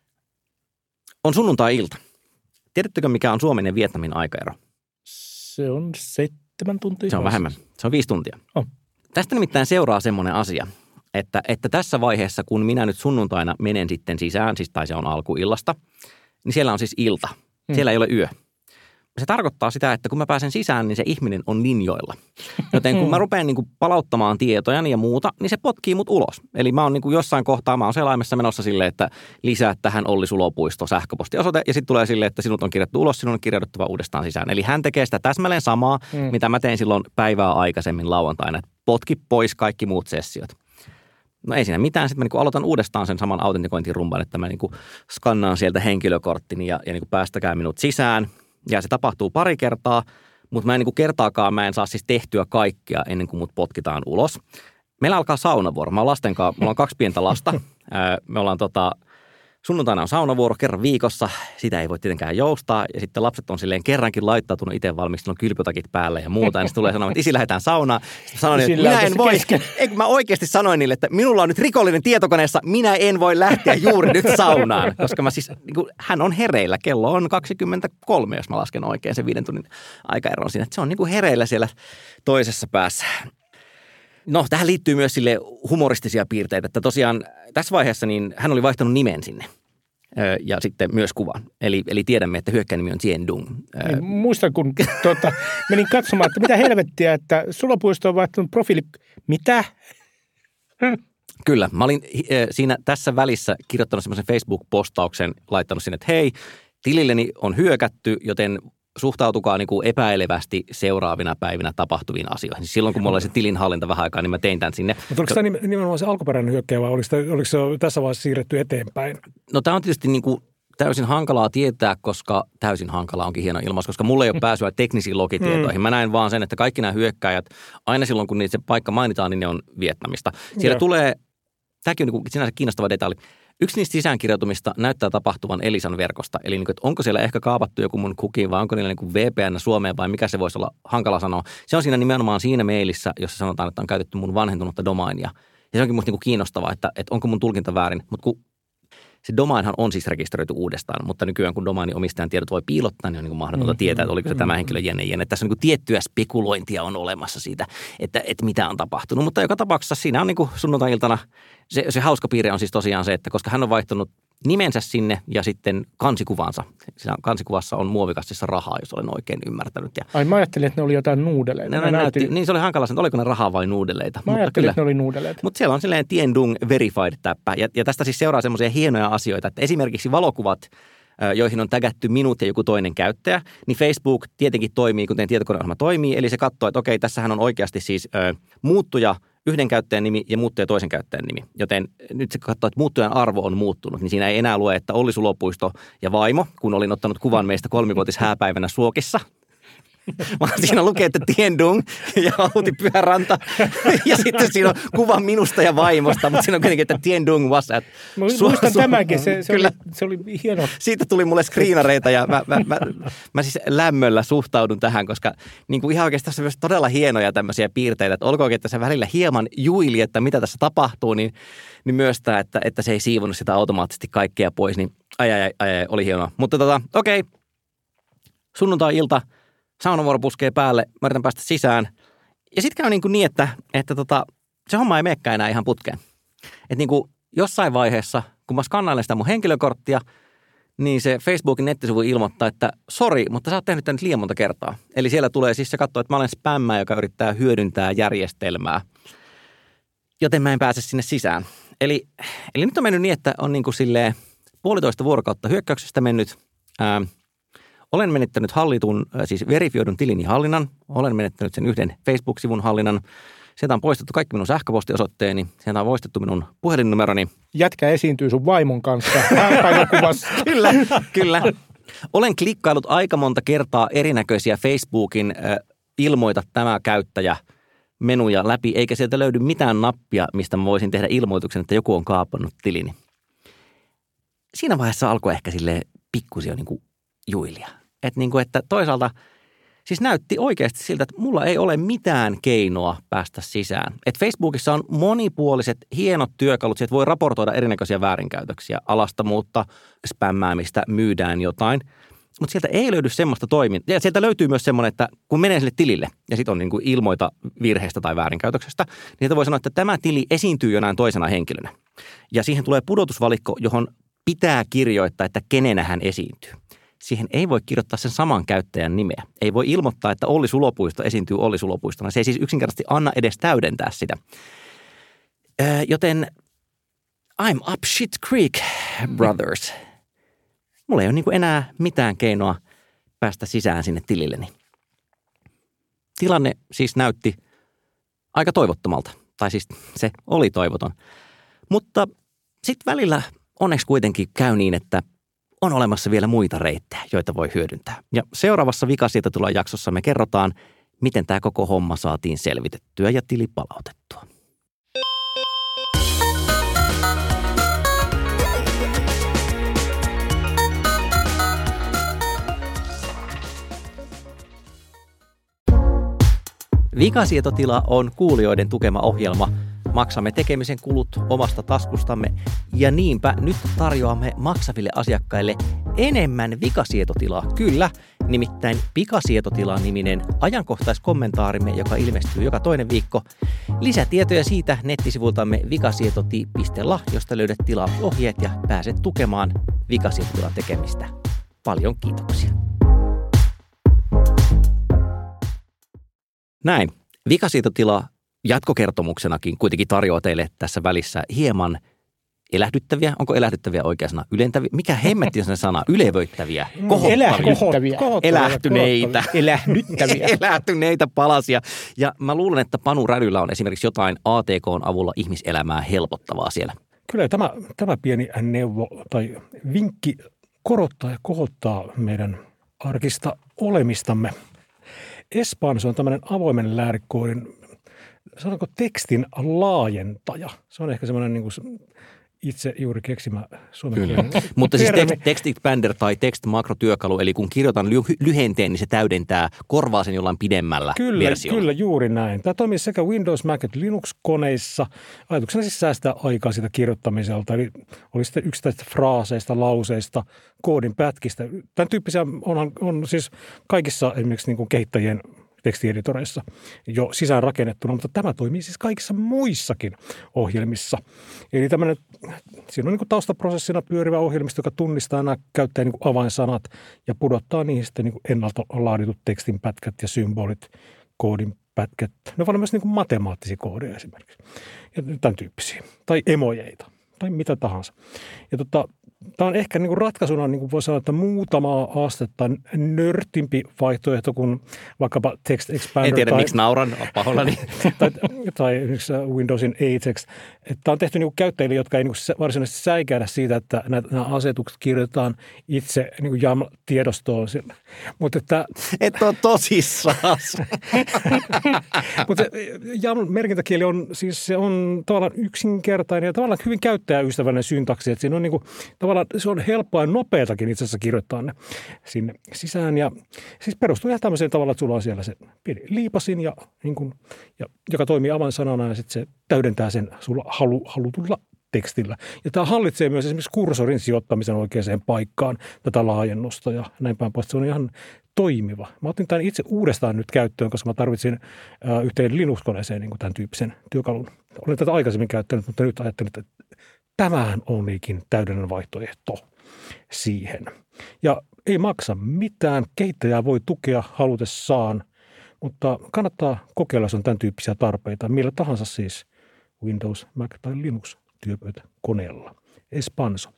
On sunnuntai-ilta. Tiedättekö, mikä on Suomen ja Vietnamin aikaero? Se on seitsemän tuntia. Se on vähemmän. Se on viisi tuntia. Oh. Tästä nimittäin seuraa semmoinen asia, että, että tässä vaiheessa, kun minä nyt sunnuntaina menen sitten sisään, siis tai se on alkuillasta, niin siellä on siis ilta. Siellä hmm. ei ole yö. Se tarkoittaa sitä, että kun mä pääsen sisään, niin se ihminen on linjoilla. Joten kun mä rupean niin kuin palauttamaan tietojani ja muuta, niin se potkii mut ulos. Eli mä oon niin kuin jossain kohtaa, mä oon selaimessa menossa silleen, että lisää tähän Olli Sulopuisto sähköpostiosoite. Ja sitten tulee silleen, että sinut on kirjattu ulos, sinun on kirjauduttava uudestaan sisään. Eli hän tekee sitä täsmälleen samaa, mm. mitä mä tein silloin päivää aikaisemmin lauantaina. Potki pois kaikki muut sessiot. No ei siinä mitään. Sitten mä niin aloitan uudestaan sen saman autentikointirumban, että mä niin skannaan sieltä henkilökorttini ja, ja niin päästäkää minut sisään. Ja se tapahtuu pari kertaa, mutta mä en niin kuin kertaakaan, mä en saa siis tehtyä kaikkea ennen kuin mut potkitaan ulos. Meillä alkaa saunavuoro. Mä oon lasten kanssa, mulla on kaksi pientä lasta. Me ollaan tota, sunnuntaina on saunavuoro kerran viikossa. Sitä ei voi tietenkään joustaa. Ja sitten lapset on silleen kerrankin laittautunut itse valmiiksi, on kylpytakit päälle ja muuta. Ja sitten tulee sanomaan, että isi lähdetään saunaan. Sitten sanoin, että minä en voi. Eikö mä oikeasti sanoin niille, että minulla on nyt rikollinen tietokoneessa. Minä en voi lähteä juuri nyt saunaan. Koska mä siis, niin kuin, hän on hereillä. Kello on kaksikymmentäkolme, jos mä lasken oikein sen viiden tunnin aikaeron siinä. Että se on niin kuin hereillä siellä toisessa päässä. No, tähän liittyy myös sille humoristisia piirteitä, että tosiaan tässä vaiheessa niin hän oli vaihtanut nimen sinne ja sitten myös kuvan. Eli, eli tiedämme, että hyökkäin nimi on Tien Dung. Niin, muistan, kun tuota, menin katsomaan, että mitä helvettiä, että Sulopuisto on vaihtanut profiili. Mitä? Kyllä. Mä olin siinä tässä välissä kirjoittanut semmoisen Facebook-postauksen, laittanut sinne, että hei, tililleni on hyökätty, joten suhtautukaa niin kuin epäilevästi seuraavina päivinä tapahtuviin asioihin. Silloin, kun mulla oli se tilinhallinta vähän aikaa, niin mä tein tämän sinne. Mutta oliko tämä nimenomaan se alkuperäinen hyökkäjä vai oliko, oliko se tässä vaiheessa siirretty eteenpäin? No tämä on tietysti niin kuin täysin hankalaa tietää, koska täysin hankalaa onkin hieno ilmaus, koska mulla ei ole pääsyä teknisiin logitietoihin. Mä näen vaan sen, että kaikki nämä hyökkäjät, aina silloin kun niitä se paikka mainitaan, niin ne on Vietnamista. Siellä Joo. tulee, tämäkin on niin kuin sinänsä kiinnostava detalji. Yksi niistä sisäänkirjautumista näyttää tapahtuvan Elisan verkosta. Eli niin kuin, että onko siellä ehkä kaapattu joku mun kuki vai onko niillä niin kuin V P N Suomeen vai mikä se voisi olla hankala sanoa. Se on siinä nimenomaan siinä mailissa, jossa sanotaan, että on käytetty mun vanhentunutta domainia. Ja se onkin musta niin kuin kiinnostavaa, että, että onko mun tulkinta väärin. Mutta kun se domainhan on siis rekisteröity uudestaan, mutta nykyään kun domainin omistajan tiedot voi piilottaa, niin on niin kuin mahdotonta mm, tietää, että oliko se mm, tämä henkilö jenne jenne. Tässä on niin kuin tiettyä spekulointia on olemassa siitä, että, että mitä on tapahtunut. Mutta joka tapauksessa siinä on niin kuin sunnuntai-iltana, se, se hauska piirre on siis tosiaan se, että koska hän on vaihtanut nimensä sinne ja sitten kansikuvansa. Siinä kansikuvassa on muovikassissa rahaa, jos olen oikein ymmärtänyt. Ja Ai mä ajattelin, että ne oli jotain nuudeleita. Ne, ne näytti, niin se oli hankala, että oliko ne rahaa vai nuudeleita. Mä mutta ajattelin, kyllä, että ne oli nuudeleita. Mutta siellä on silleen Tien Dung verified-täppä. Ja, ja tästä siis seuraa semmoisia hienoja asioita, että esimerkiksi valokuvat, joihin on tägätty minut ja joku toinen käyttäjä, niin Facebook tietenkin toimii, kuten tietokoneohjelma toimii. Eli se katsoo, että okei, tässähän on oikeasti siis ö, muuttuja, yhden käyttäjän nimi ja muuttuja toisen käyttäjän nimi. Joten nyt se katsoo, että muuttujan arvo on muuttunut, niin siinä ei enää lue, että Olli Sulopuisto ja vaimo, kun olin ottanut kuvan meistä kolmivuotis hääpäivänä Suokissa. Vaan siinä lukee, että Tien Dung ja Outi Pyhäranta. Ja sitten siinä on kuva minusta ja vaimosta, mutta siinä on kuitenkin, että Tien Dung was at. Muistan tämänkin, se, se, oli, se oli hieno. Siitä tuli mulle screenareita ja mä, mä, mä, mä siis lämmöllä suhtaudun tähän, koska niin kuin ihan oikeasti tässä on myös todella hienoja tämmöisiä piirteitä, että olkoonkin, että se välillä hieman juili, että mitä tässä tapahtuu, niin, niin myös tämä, että, että se ei siivonnut sitä automaattisesti kaikkea pois, niin ai ai ai, ai oli hienoa. Mutta tota, okei, sunnuntai-ilta. Saunavuoro puskee päälle, mä yritän päästä sisään. Ja sitten käy niin, kuin niin että, että tota, se homma ei meekään enää ihan putkeen. Että niin kuin jossain vaiheessa, kun mä skannailen sitä mun henkilökorttia, niin se Facebookin nettisivu ilmoittaa, että sori, mutta sä oot tehnyt tämän nyt liian monta kertaa. Eli siellä tulee siis se katsoo, että mä olen spämmää, joka yrittää hyödyntää järjestelmää. Joten mä en pääse sinne sisään. Eli, eli nyt on mennyt niin, että on niin kuin silleen puolitoista vuorokautta hyökkäyksestä mennyt. Ää, Olen menettänyt hallitun, siis verifioidun tilini hallinnan. Olen menettänyt sen yhden Facebook-sivun hallinnan. Sieltä on poistettu kaikki minun sähköpostiosoitteeni. Sieltä on poistettu minun puhelinnumeroni. Jätkä esiintyy sun vaimon kanssa hääpäiväkuvassa. Kyllä, kyllä. Olen klikkailut aika monta kertaa erinäköisiä Facebookin äh, ilmoita tämä käyttäjä menuja läpi, eikä sieltä löydy mitään nappia, mistä mä voisin tehdä ilmoituksen, että joku on kaapannut tilini. Siinä vaiheessa alkoi ehkä silleen pikkusia niin kuin juilia. Että niin kuin, että toisaalta siis näytti oikeasti siltä, että mulla ei ole mitään keinoa päästä sisään. Että Facebookissa on monipuoliset, hienot työkalut, sieltä voi raportoida erinäköisiä väärinkäytöksiä, alastomuutta, spämmäämistä, myydään jotain. Mutta sieltä ei löydy semmoista toimintaa. Ja sieltä löytyy myös semmoinen, että kun menee sille tilille ja sitten on niin kuin ilmoita virheestä tai väärinkäytöksestä, niin sieltä voi sanoa, että tämä tili esiintyy jonain toisena henkilönä. Ja siihen tulee pudotusvalikko, johon pitää kirjoittaa, että kenenä hän esiintyy. Siihen ei voi kirjoittaa sen saman käyttäjän nimeä. Ei voi ilmoittaa, että Olli Sulopuisto esiintyy Olli Sulopuistona. Se ei siis yksinkertaisesti anna edes täydentää sitä. Öö, joten I'm up shit creek, brothers. Mulla ei ole niin kuin enää mitään keinoa päästä sisään sinne tililleni. Tilanne siis näytti aika toivottomalta. Tai siis se oli toivoton. Mutta sitten välillä onneksi kuitenkin käy niin, että on olemassa vielä muita reittejä, joita voi hyödyntää. Ja seuraavassa Vikasietotilan jaksossa me kerrotaan, miten tämä koko homma saatiin selvitettyä ja tili palautettua. Vikasietotila on kuulijoiden tukema ohjelma. Maksamme tekemisen kulut omasta taskustamme ja niinpä nyt tarjoamme maksaville asiakkaille enemmän vikasietotilaa. Kyllä, nimittäin Pikasietotila-niminen ajankohtaiskommentaarimme, joka ilmestyy joka toinen viikko. Lisätietoja siitä nettisivultamme vikasietoti piste la, josta löydät tilausohjeet ja pääset tukemaan Vikasietotilan tekemistä. Paljon kiitoksia. Näin. Vikasietotila jatkokertomuksenakin kuitenkin tarjoaa teille tässä välissä hieman elähdyttäviä, onko elähdyttäviä oikea sana, ylentäviä, mikä hemmetti on se sana, ylevöittäviä, elähdyttäviä, elähtyneitä, elähdyttäviä, elähtyneitä palasia. Ja mä luulen, että Panu Rädyllä on esimerkiksi jotain A T K:n avulla ihmiselämää helpottavaa siellä. Kyllä tämä, tämä pieni neuvo tai vinkki korottaa ja kohottaa meidän arkista olemistamme. Espansa on tämmöinen avoimen läärikoodin, sanotaanko tekstin laajentaja. Se on ehkä semmoinen niin kuin itse juuri keksimä suomen kielen. Mutta siis text expander tai text makrotyökalu, eli kun kirjoitan lyhenteen, niin se täydentää, korvaa sen jollain pidemmällä kyllä, versiolla. Kyllä, juuri näin. Tämä toimii sekä Windows, Mac että Linux-koneissa. Ajatuksena siis säästää aikaa siitä kirjoittamiselta. Eli oli sitten yksittäisistä fraaseista, lauseista, koodin pätkistä. Tämän tyyppisiä on, on siis kaikissa esimerkiksi niin kuin kehittäjien tekstieditoreissa jo sisään rakennettuna, mutta tämä toimii siis kaikissa muissakin ohjelmissa. Eli tämmöinen, siinä on niin kuin taustaprosessina pyörivä ohjelmisto, joka tunnistaa nämä käyttäjän niin kuin avainsanat ja pudottaa niihin sitten niin kuin ennalta laaditut tekstin pätkät ja symbolit, koodin pätkät. Ne voi olla myös niin kuin matemaattisia koodeja esimerkiksi ja tämän tyyppisiä. Tai emojeita tai mitä tahansa. Ja tota, tämä on ehkä niin kuin ratkaisuna, niin kuin voi sanoa, että muutama astetta nörttimpi vaihtoehto kuin vaikkapa Text Expander. En tiedä, tai, miksi nauran pahoillani. tai, tai esimerkiksi Windowsin Ajax. Tämä on tehty niin kuin käyttäjille, jotka ei niin kuin varsinaisesti säikäydä siitä, että nämä asetukset kirjoitetaan itse niin kuin jam tiedostoon. Mutta että, et ole tosissaan. Mutta jam-merkintäkieli on siis se on tavallaan yksinkertainen ja tavallaan hyvin käyttäjäystävällinen syntaksi, että siinä on niin kuin, tavallaan se on helppoa ja nopeatakin itse asiassa kirjoittaa ne sinne sisään. Ja siis perustuu ihan tämmöiseen tavalla, että sulla on siellä se pieni liipasin, ja, niin kuin, ja, joka toimii avainsanana ja sitten se täydentää sen sulla halu, halutulla tekstillä. Ja tämä hallitsee myös esimerkiksi kursorin sijoittamisen oikeaan paikkaan tätä laajennusta ja näin päin pois. Se on ihan toimiva. Mä otin tämän itse uudestaan nyt käyttöön, koska mä tarvitsin äh, yhteen Linux-koneeseen niin kuin tämän tyyppisen työkalun. Olen tätä aikaisemmin käyttänyt, mutta nyt ajattelin, että tämähän olikin täydellinen vaihtoehto siihen. Ja ei maksa mitään. Kehittäjää voi tukea halutessaan, mutta kannattaa kokeilla, jos on tämän tyyppisiä tarpeita. Millä tahansa siis Windows, Mac tai Linux työpöytäkoneella. Espanso.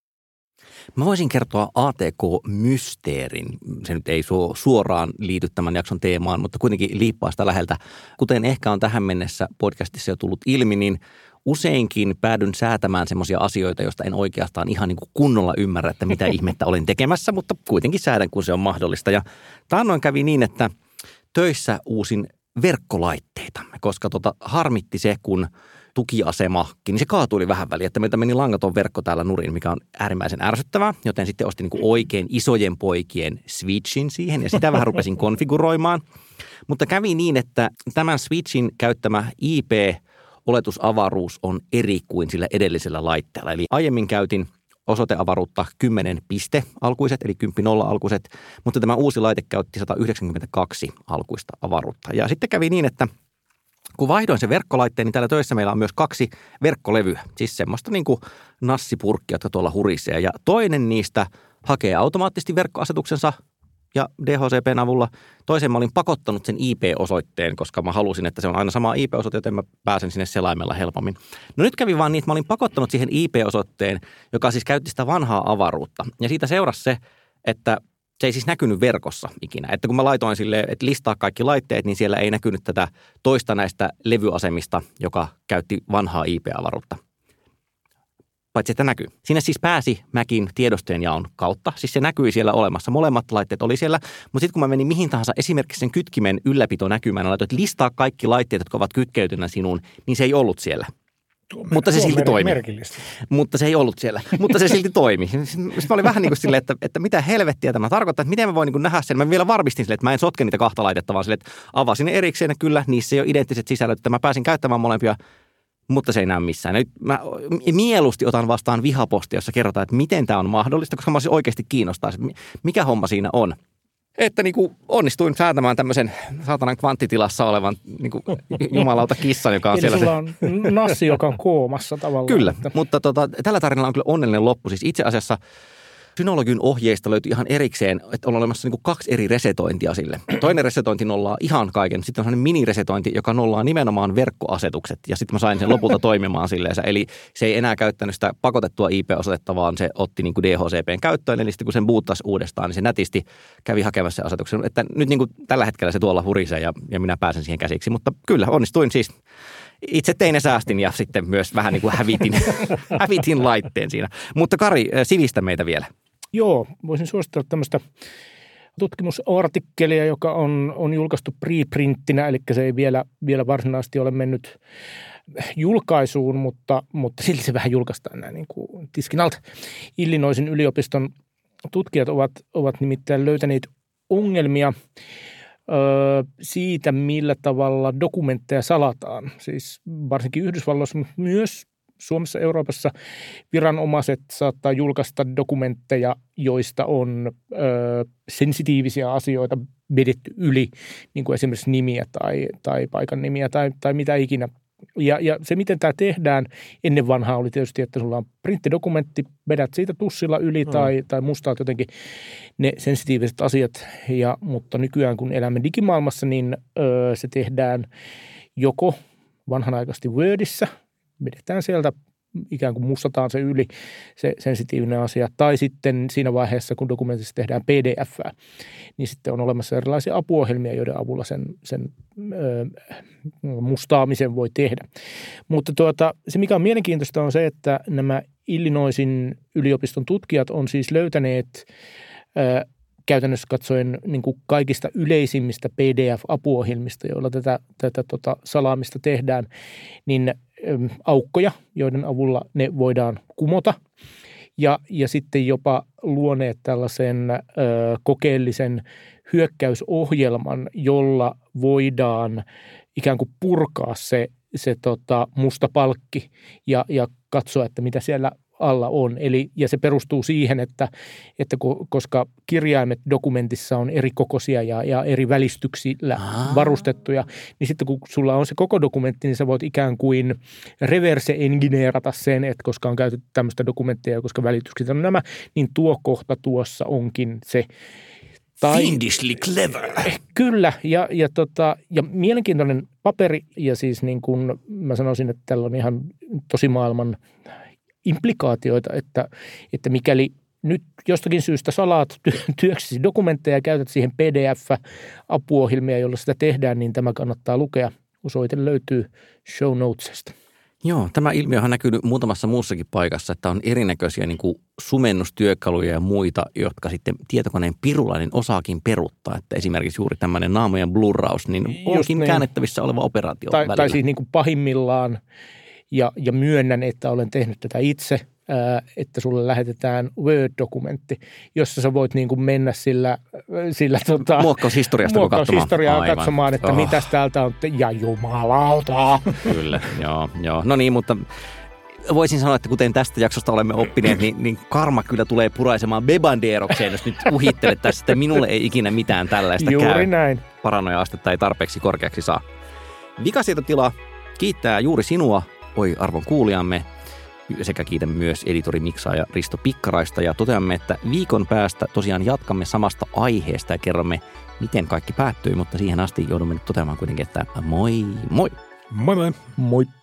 Mä voisin kertoa A T K-mysteerin. Se nyt ei suoraan liity tämän jakson teemaan, mutta kuitenkin liippaa sitä läheltä. Kuten ehkä on tähän mennessä podcastissa jo tullut ilmi, niin useinkin päädyn säätämään semmoisia asioita, joista en oikeastaan ihan niin kuin kunnolla ymmärrä, että mitä ihmettä olen tekemässä, mutta kuitenkin säädän, kun se on mahdollista. Ja taannoin kävi niin, että töissä uusin verkkolaitteitamme, koska tota, harmitti se, kun tukiasemakin, niin se kaatui vähän väliin, että meiltä meni langaton verkko täällä nurin, mikä on äärimmäisen ärsyttävää, joten sitten ostin niin kuin oikein isojen poikien switchin siihen ja sitä vähän rupesin konfiguroimaan. Mutta kävi niin, että tämän switchin käyttämä I P-oletusavaruus on eri kuin sillä edellisellä laitteella. Eli aiemmin käytin osoiteavaruutta kymmenen piste alkuiset, eli kymmenen nolla alkuiset, mutta tämä uusi laite käytti sata yhdeksänkymmentäkaksi alkuista avaruutta. Ja sitten kävi niin, että kun vaihdoin se verkkolaitteen, niin täällä töissä meillä on myös kaksi verkkolevyä, siis semmoista niin kuin nassipurkkia, jotka tuolla hurisee. Ja toinen niistä hakee automaattisesti verkkoasetuksensa ja D H C P:n avulla. Toisen mä olin pakottanut sen I P-osoitteen, koska mä halusin, että se on aina sama I P-osoite, joten mä pääsen sinne selaimella helpommin. No nyt kävi vaan niin, että mä olin pakottanut siihen I P-osoitteen, joka siis käytti sitä vanhaa avaruutta. Ja siitä seurasi se, että se ei siis näkynyt verkossa ikinä. Että kun mä laitoin silleen, että listaa kaikki laitteet, niin siellä ei näkynyt tätä toista näistä levyasemista, joka käytti vanhaa I P-avaruutta. Paitsi että näkyy. Sinne siis pääsi Macin tiedostojen jaon kautta. Siis se näkyi siellä olemassa. Molemmat laitteet oli siellä. Mutta sitten kun mä menin mihin tahansa esimerkiksi sen kytkimen ylläpito näkymään ja laitoin, että listaa kaikki laitteet, jotka ovat kytkeytynä sinuun, niin se ei ollut siellä. Tuo, Mutta se silti toimi. Merkillistä. Mutta se ei ollut siellä. Mutta se silti toimi. Sitten mä olin vähän niin kuin silleen, että, että mitä helvettiä tämä tarkoittaa, että miten mä voin niin kuin nähdä sen. Mä vielä varmistin silleen, että mä en sotke niitä kahta laitetta, vaan silleen, että avasin ne erikseen ja kyllä niissä ei ole identtiset sisällöt, että mä pääsin käyttämään molempia, mutta se ei näy missään. Nyt mä mieluusti otan vastaan vihapostia, jossa kerrotaan, että miten tämä on mahdollista, koska mä olisin oikeasti kiinnostaa, että mikä homma siinä on. Että niin kuin onnistuin säätämään tämmöisen saatanan kvanttitilassa olevan niin kuin jumalauta kissan, joka on eli siellä. Eli sulla on nassi, joka on koomassa tavallaan. Kyllä, että... mutta tota, tällä tarinalla on kyllä onnellinen loppu. Siis itse asiassa Synologyn ohjeista löytyi ihan erikseen, että on olemassa niin kuin kaksi eri resetointia sille. Toinen resetointi nollaa ihan kaiken. Sitten on sellainen miniresetointi, joka nollaa nimenomaan verkkoasetukset. Ja sitten mä sain sen lopulta toimimaan silleen. Eli se ei enää käyttänyt sitä pakotettua I P-osoitetta, vaan se otti niin kuin D H C P:n käyttöön. Eli sitten kun sen boottasi uudestaan, niin se nätisti kävi hakemassa sen asetuksen. Että nyt niin kuin tällä hetkellä se tuolla hurisee ja, ja minä pääsen siihen käsiksi. Mutta kyllä, onnistuin siis. Itse tein ne säästin ja sitten myös vähän niin kuin hävitin, hävitin laitteen siinä. Mutta Kari, sivistä meitä vielä. Joo, voisin suositella tämmöistä tutkimusartikkelia, joka on, on julkaistu preprinttinä, eli se ei vielä, vielä varsinaisesti ole mennyt julkaisuun, mutta, mutta silti se vähän julkaistaan näin niin kuin tiskin alta. Illinoisin yliopiston tutkijat ovat, ovat nimittäin löytäneet ongelmia ö, siitä, millä tavalla dokumentteja salataan. Siis varsinkin Yhdysvalloissa, mutta myös Suomessa, Euroopassa viranomaiset saattaa julkaista dokumentteja, joista on ö, sensitiivisiä asioita vedetty yli, niin kuin esimerkiksi nimiä tai, tai paikan nimiä tai, tai mitä ikinä. Ja, ja se, miten tämä tehdään ennen vanhaa, oli tietysti, että sulla on printtidokumentti, vedät siitä tussilla yli mm. tai, tai mustaat jotenkin ne sensitiiviset asiat. Ja, mutta nykyään, kun elämme digimaailmassa, niin ö, se tehdään joko vanhanaikaisesti Wordissä, vedetään sieltä, ikään kuin mustataan se yli, se sensitiivinen asia. Tai sitten siinä vaiheessa, kun dokumentissa tehdään P D F, niin sitten on olemassa erilaisia apuohjelmia, joiden avulla sen, sen ö, mustaamisen voi tehdä. Mutta tuota, se, mikä on mielenkiintoista, on se, että nämä Illinoisin yliopiston tutkijat on siis löytäneet ö, käytännössä katsoen niin kuin kaikista yleisimmistä P D F-apuohjelmista, joilla tätä, tätä tota, salaamista tehdään, niin aukkoja, joiden avulla ne voidaan kumota ja, ja sitten jopa luoneet tällaisen ö, kokeellisen hyökkäysohjelman, jolla voidaan ikään kuin purkaa se, se tota, musta palkki ja, ja katsoa, että mitä siellä alla on. Eli, ja se perustuu siihen, että, että koska kirjaimet dokumentissa on eri kokoisia ja, ja eri välistyksillä Aa. varustettuja, niin sitten kun sulla on se koko dokumentti, niin sä voit ikään kuin reverse engineerata sen, että koska on käytetty tämmöistä dokumenttia ja koska välitykset on nämä, niin tuo kohta tuossa onkin se. Tai, fiendishly clever. Kyllä, ja, ja, tota, ja mielenkiintoinen paperi, ja siis niin kuin mä sanoisin, että tällä on ihan tosimaailman implikaatioita, että, että mikäli nyt jostakin syystä salaat työksesi dokumentteja ja käytät siihen P D F-apuohjelmia, jolla sitä tehdään, niin tämä kannattaa lukea. Osoite löytyy show notesista. Joo, tämä ilmiö on näkynyt muutamassa muussakin paikassa, että on erinäköisiä niin kuin sumennustyökaluja ja muita, jotka sitten tietokoneen pirulainen osaakin peruttaa. Että esimerkiksi juuri tämmöinen naamojen blurraus, niin onkin niin käännettävissä oleva operaatio tai, välillä. Tai siis niin kuin pahimmillaan, ja, ja myönnän, että olen tehnyt tätä itse, ää, että sulle lähetetään Word-dokumentti, jossa sä voit niin kuin mennä sillä... sillä tota, muokkaushistoriasta muokkaushistoriaa katsomaan, että oh. mitäs täältä on, ja jumalauta. Kyllä, joo, joo. No niin, mutta voisin sanoa, että kuten tästä jaksosta olemme oppineet, niin, niin karma kyllä tulee puraisemaan bebandeerokseen, jos nyt uhittelet tässä, että minulle ei ikinä mitään tällaista Juuri käy. näin. Paranoia-astetta ei tarpeeksi korkeaksi saa. Vikasietotila kiittää juuri sinua, oi arvon kuulijamme, sekä kiitän myös editori miksaaja Risto Pikkaraista ja toteamme, että viikon päästä tosiaan jatkamme samasta aiheesta ja kerromme, miten kaikki päättyi, mutta siihen asti joudumme nyt toteamaan kuitenkin, että moi moi! Moi moi! Moi!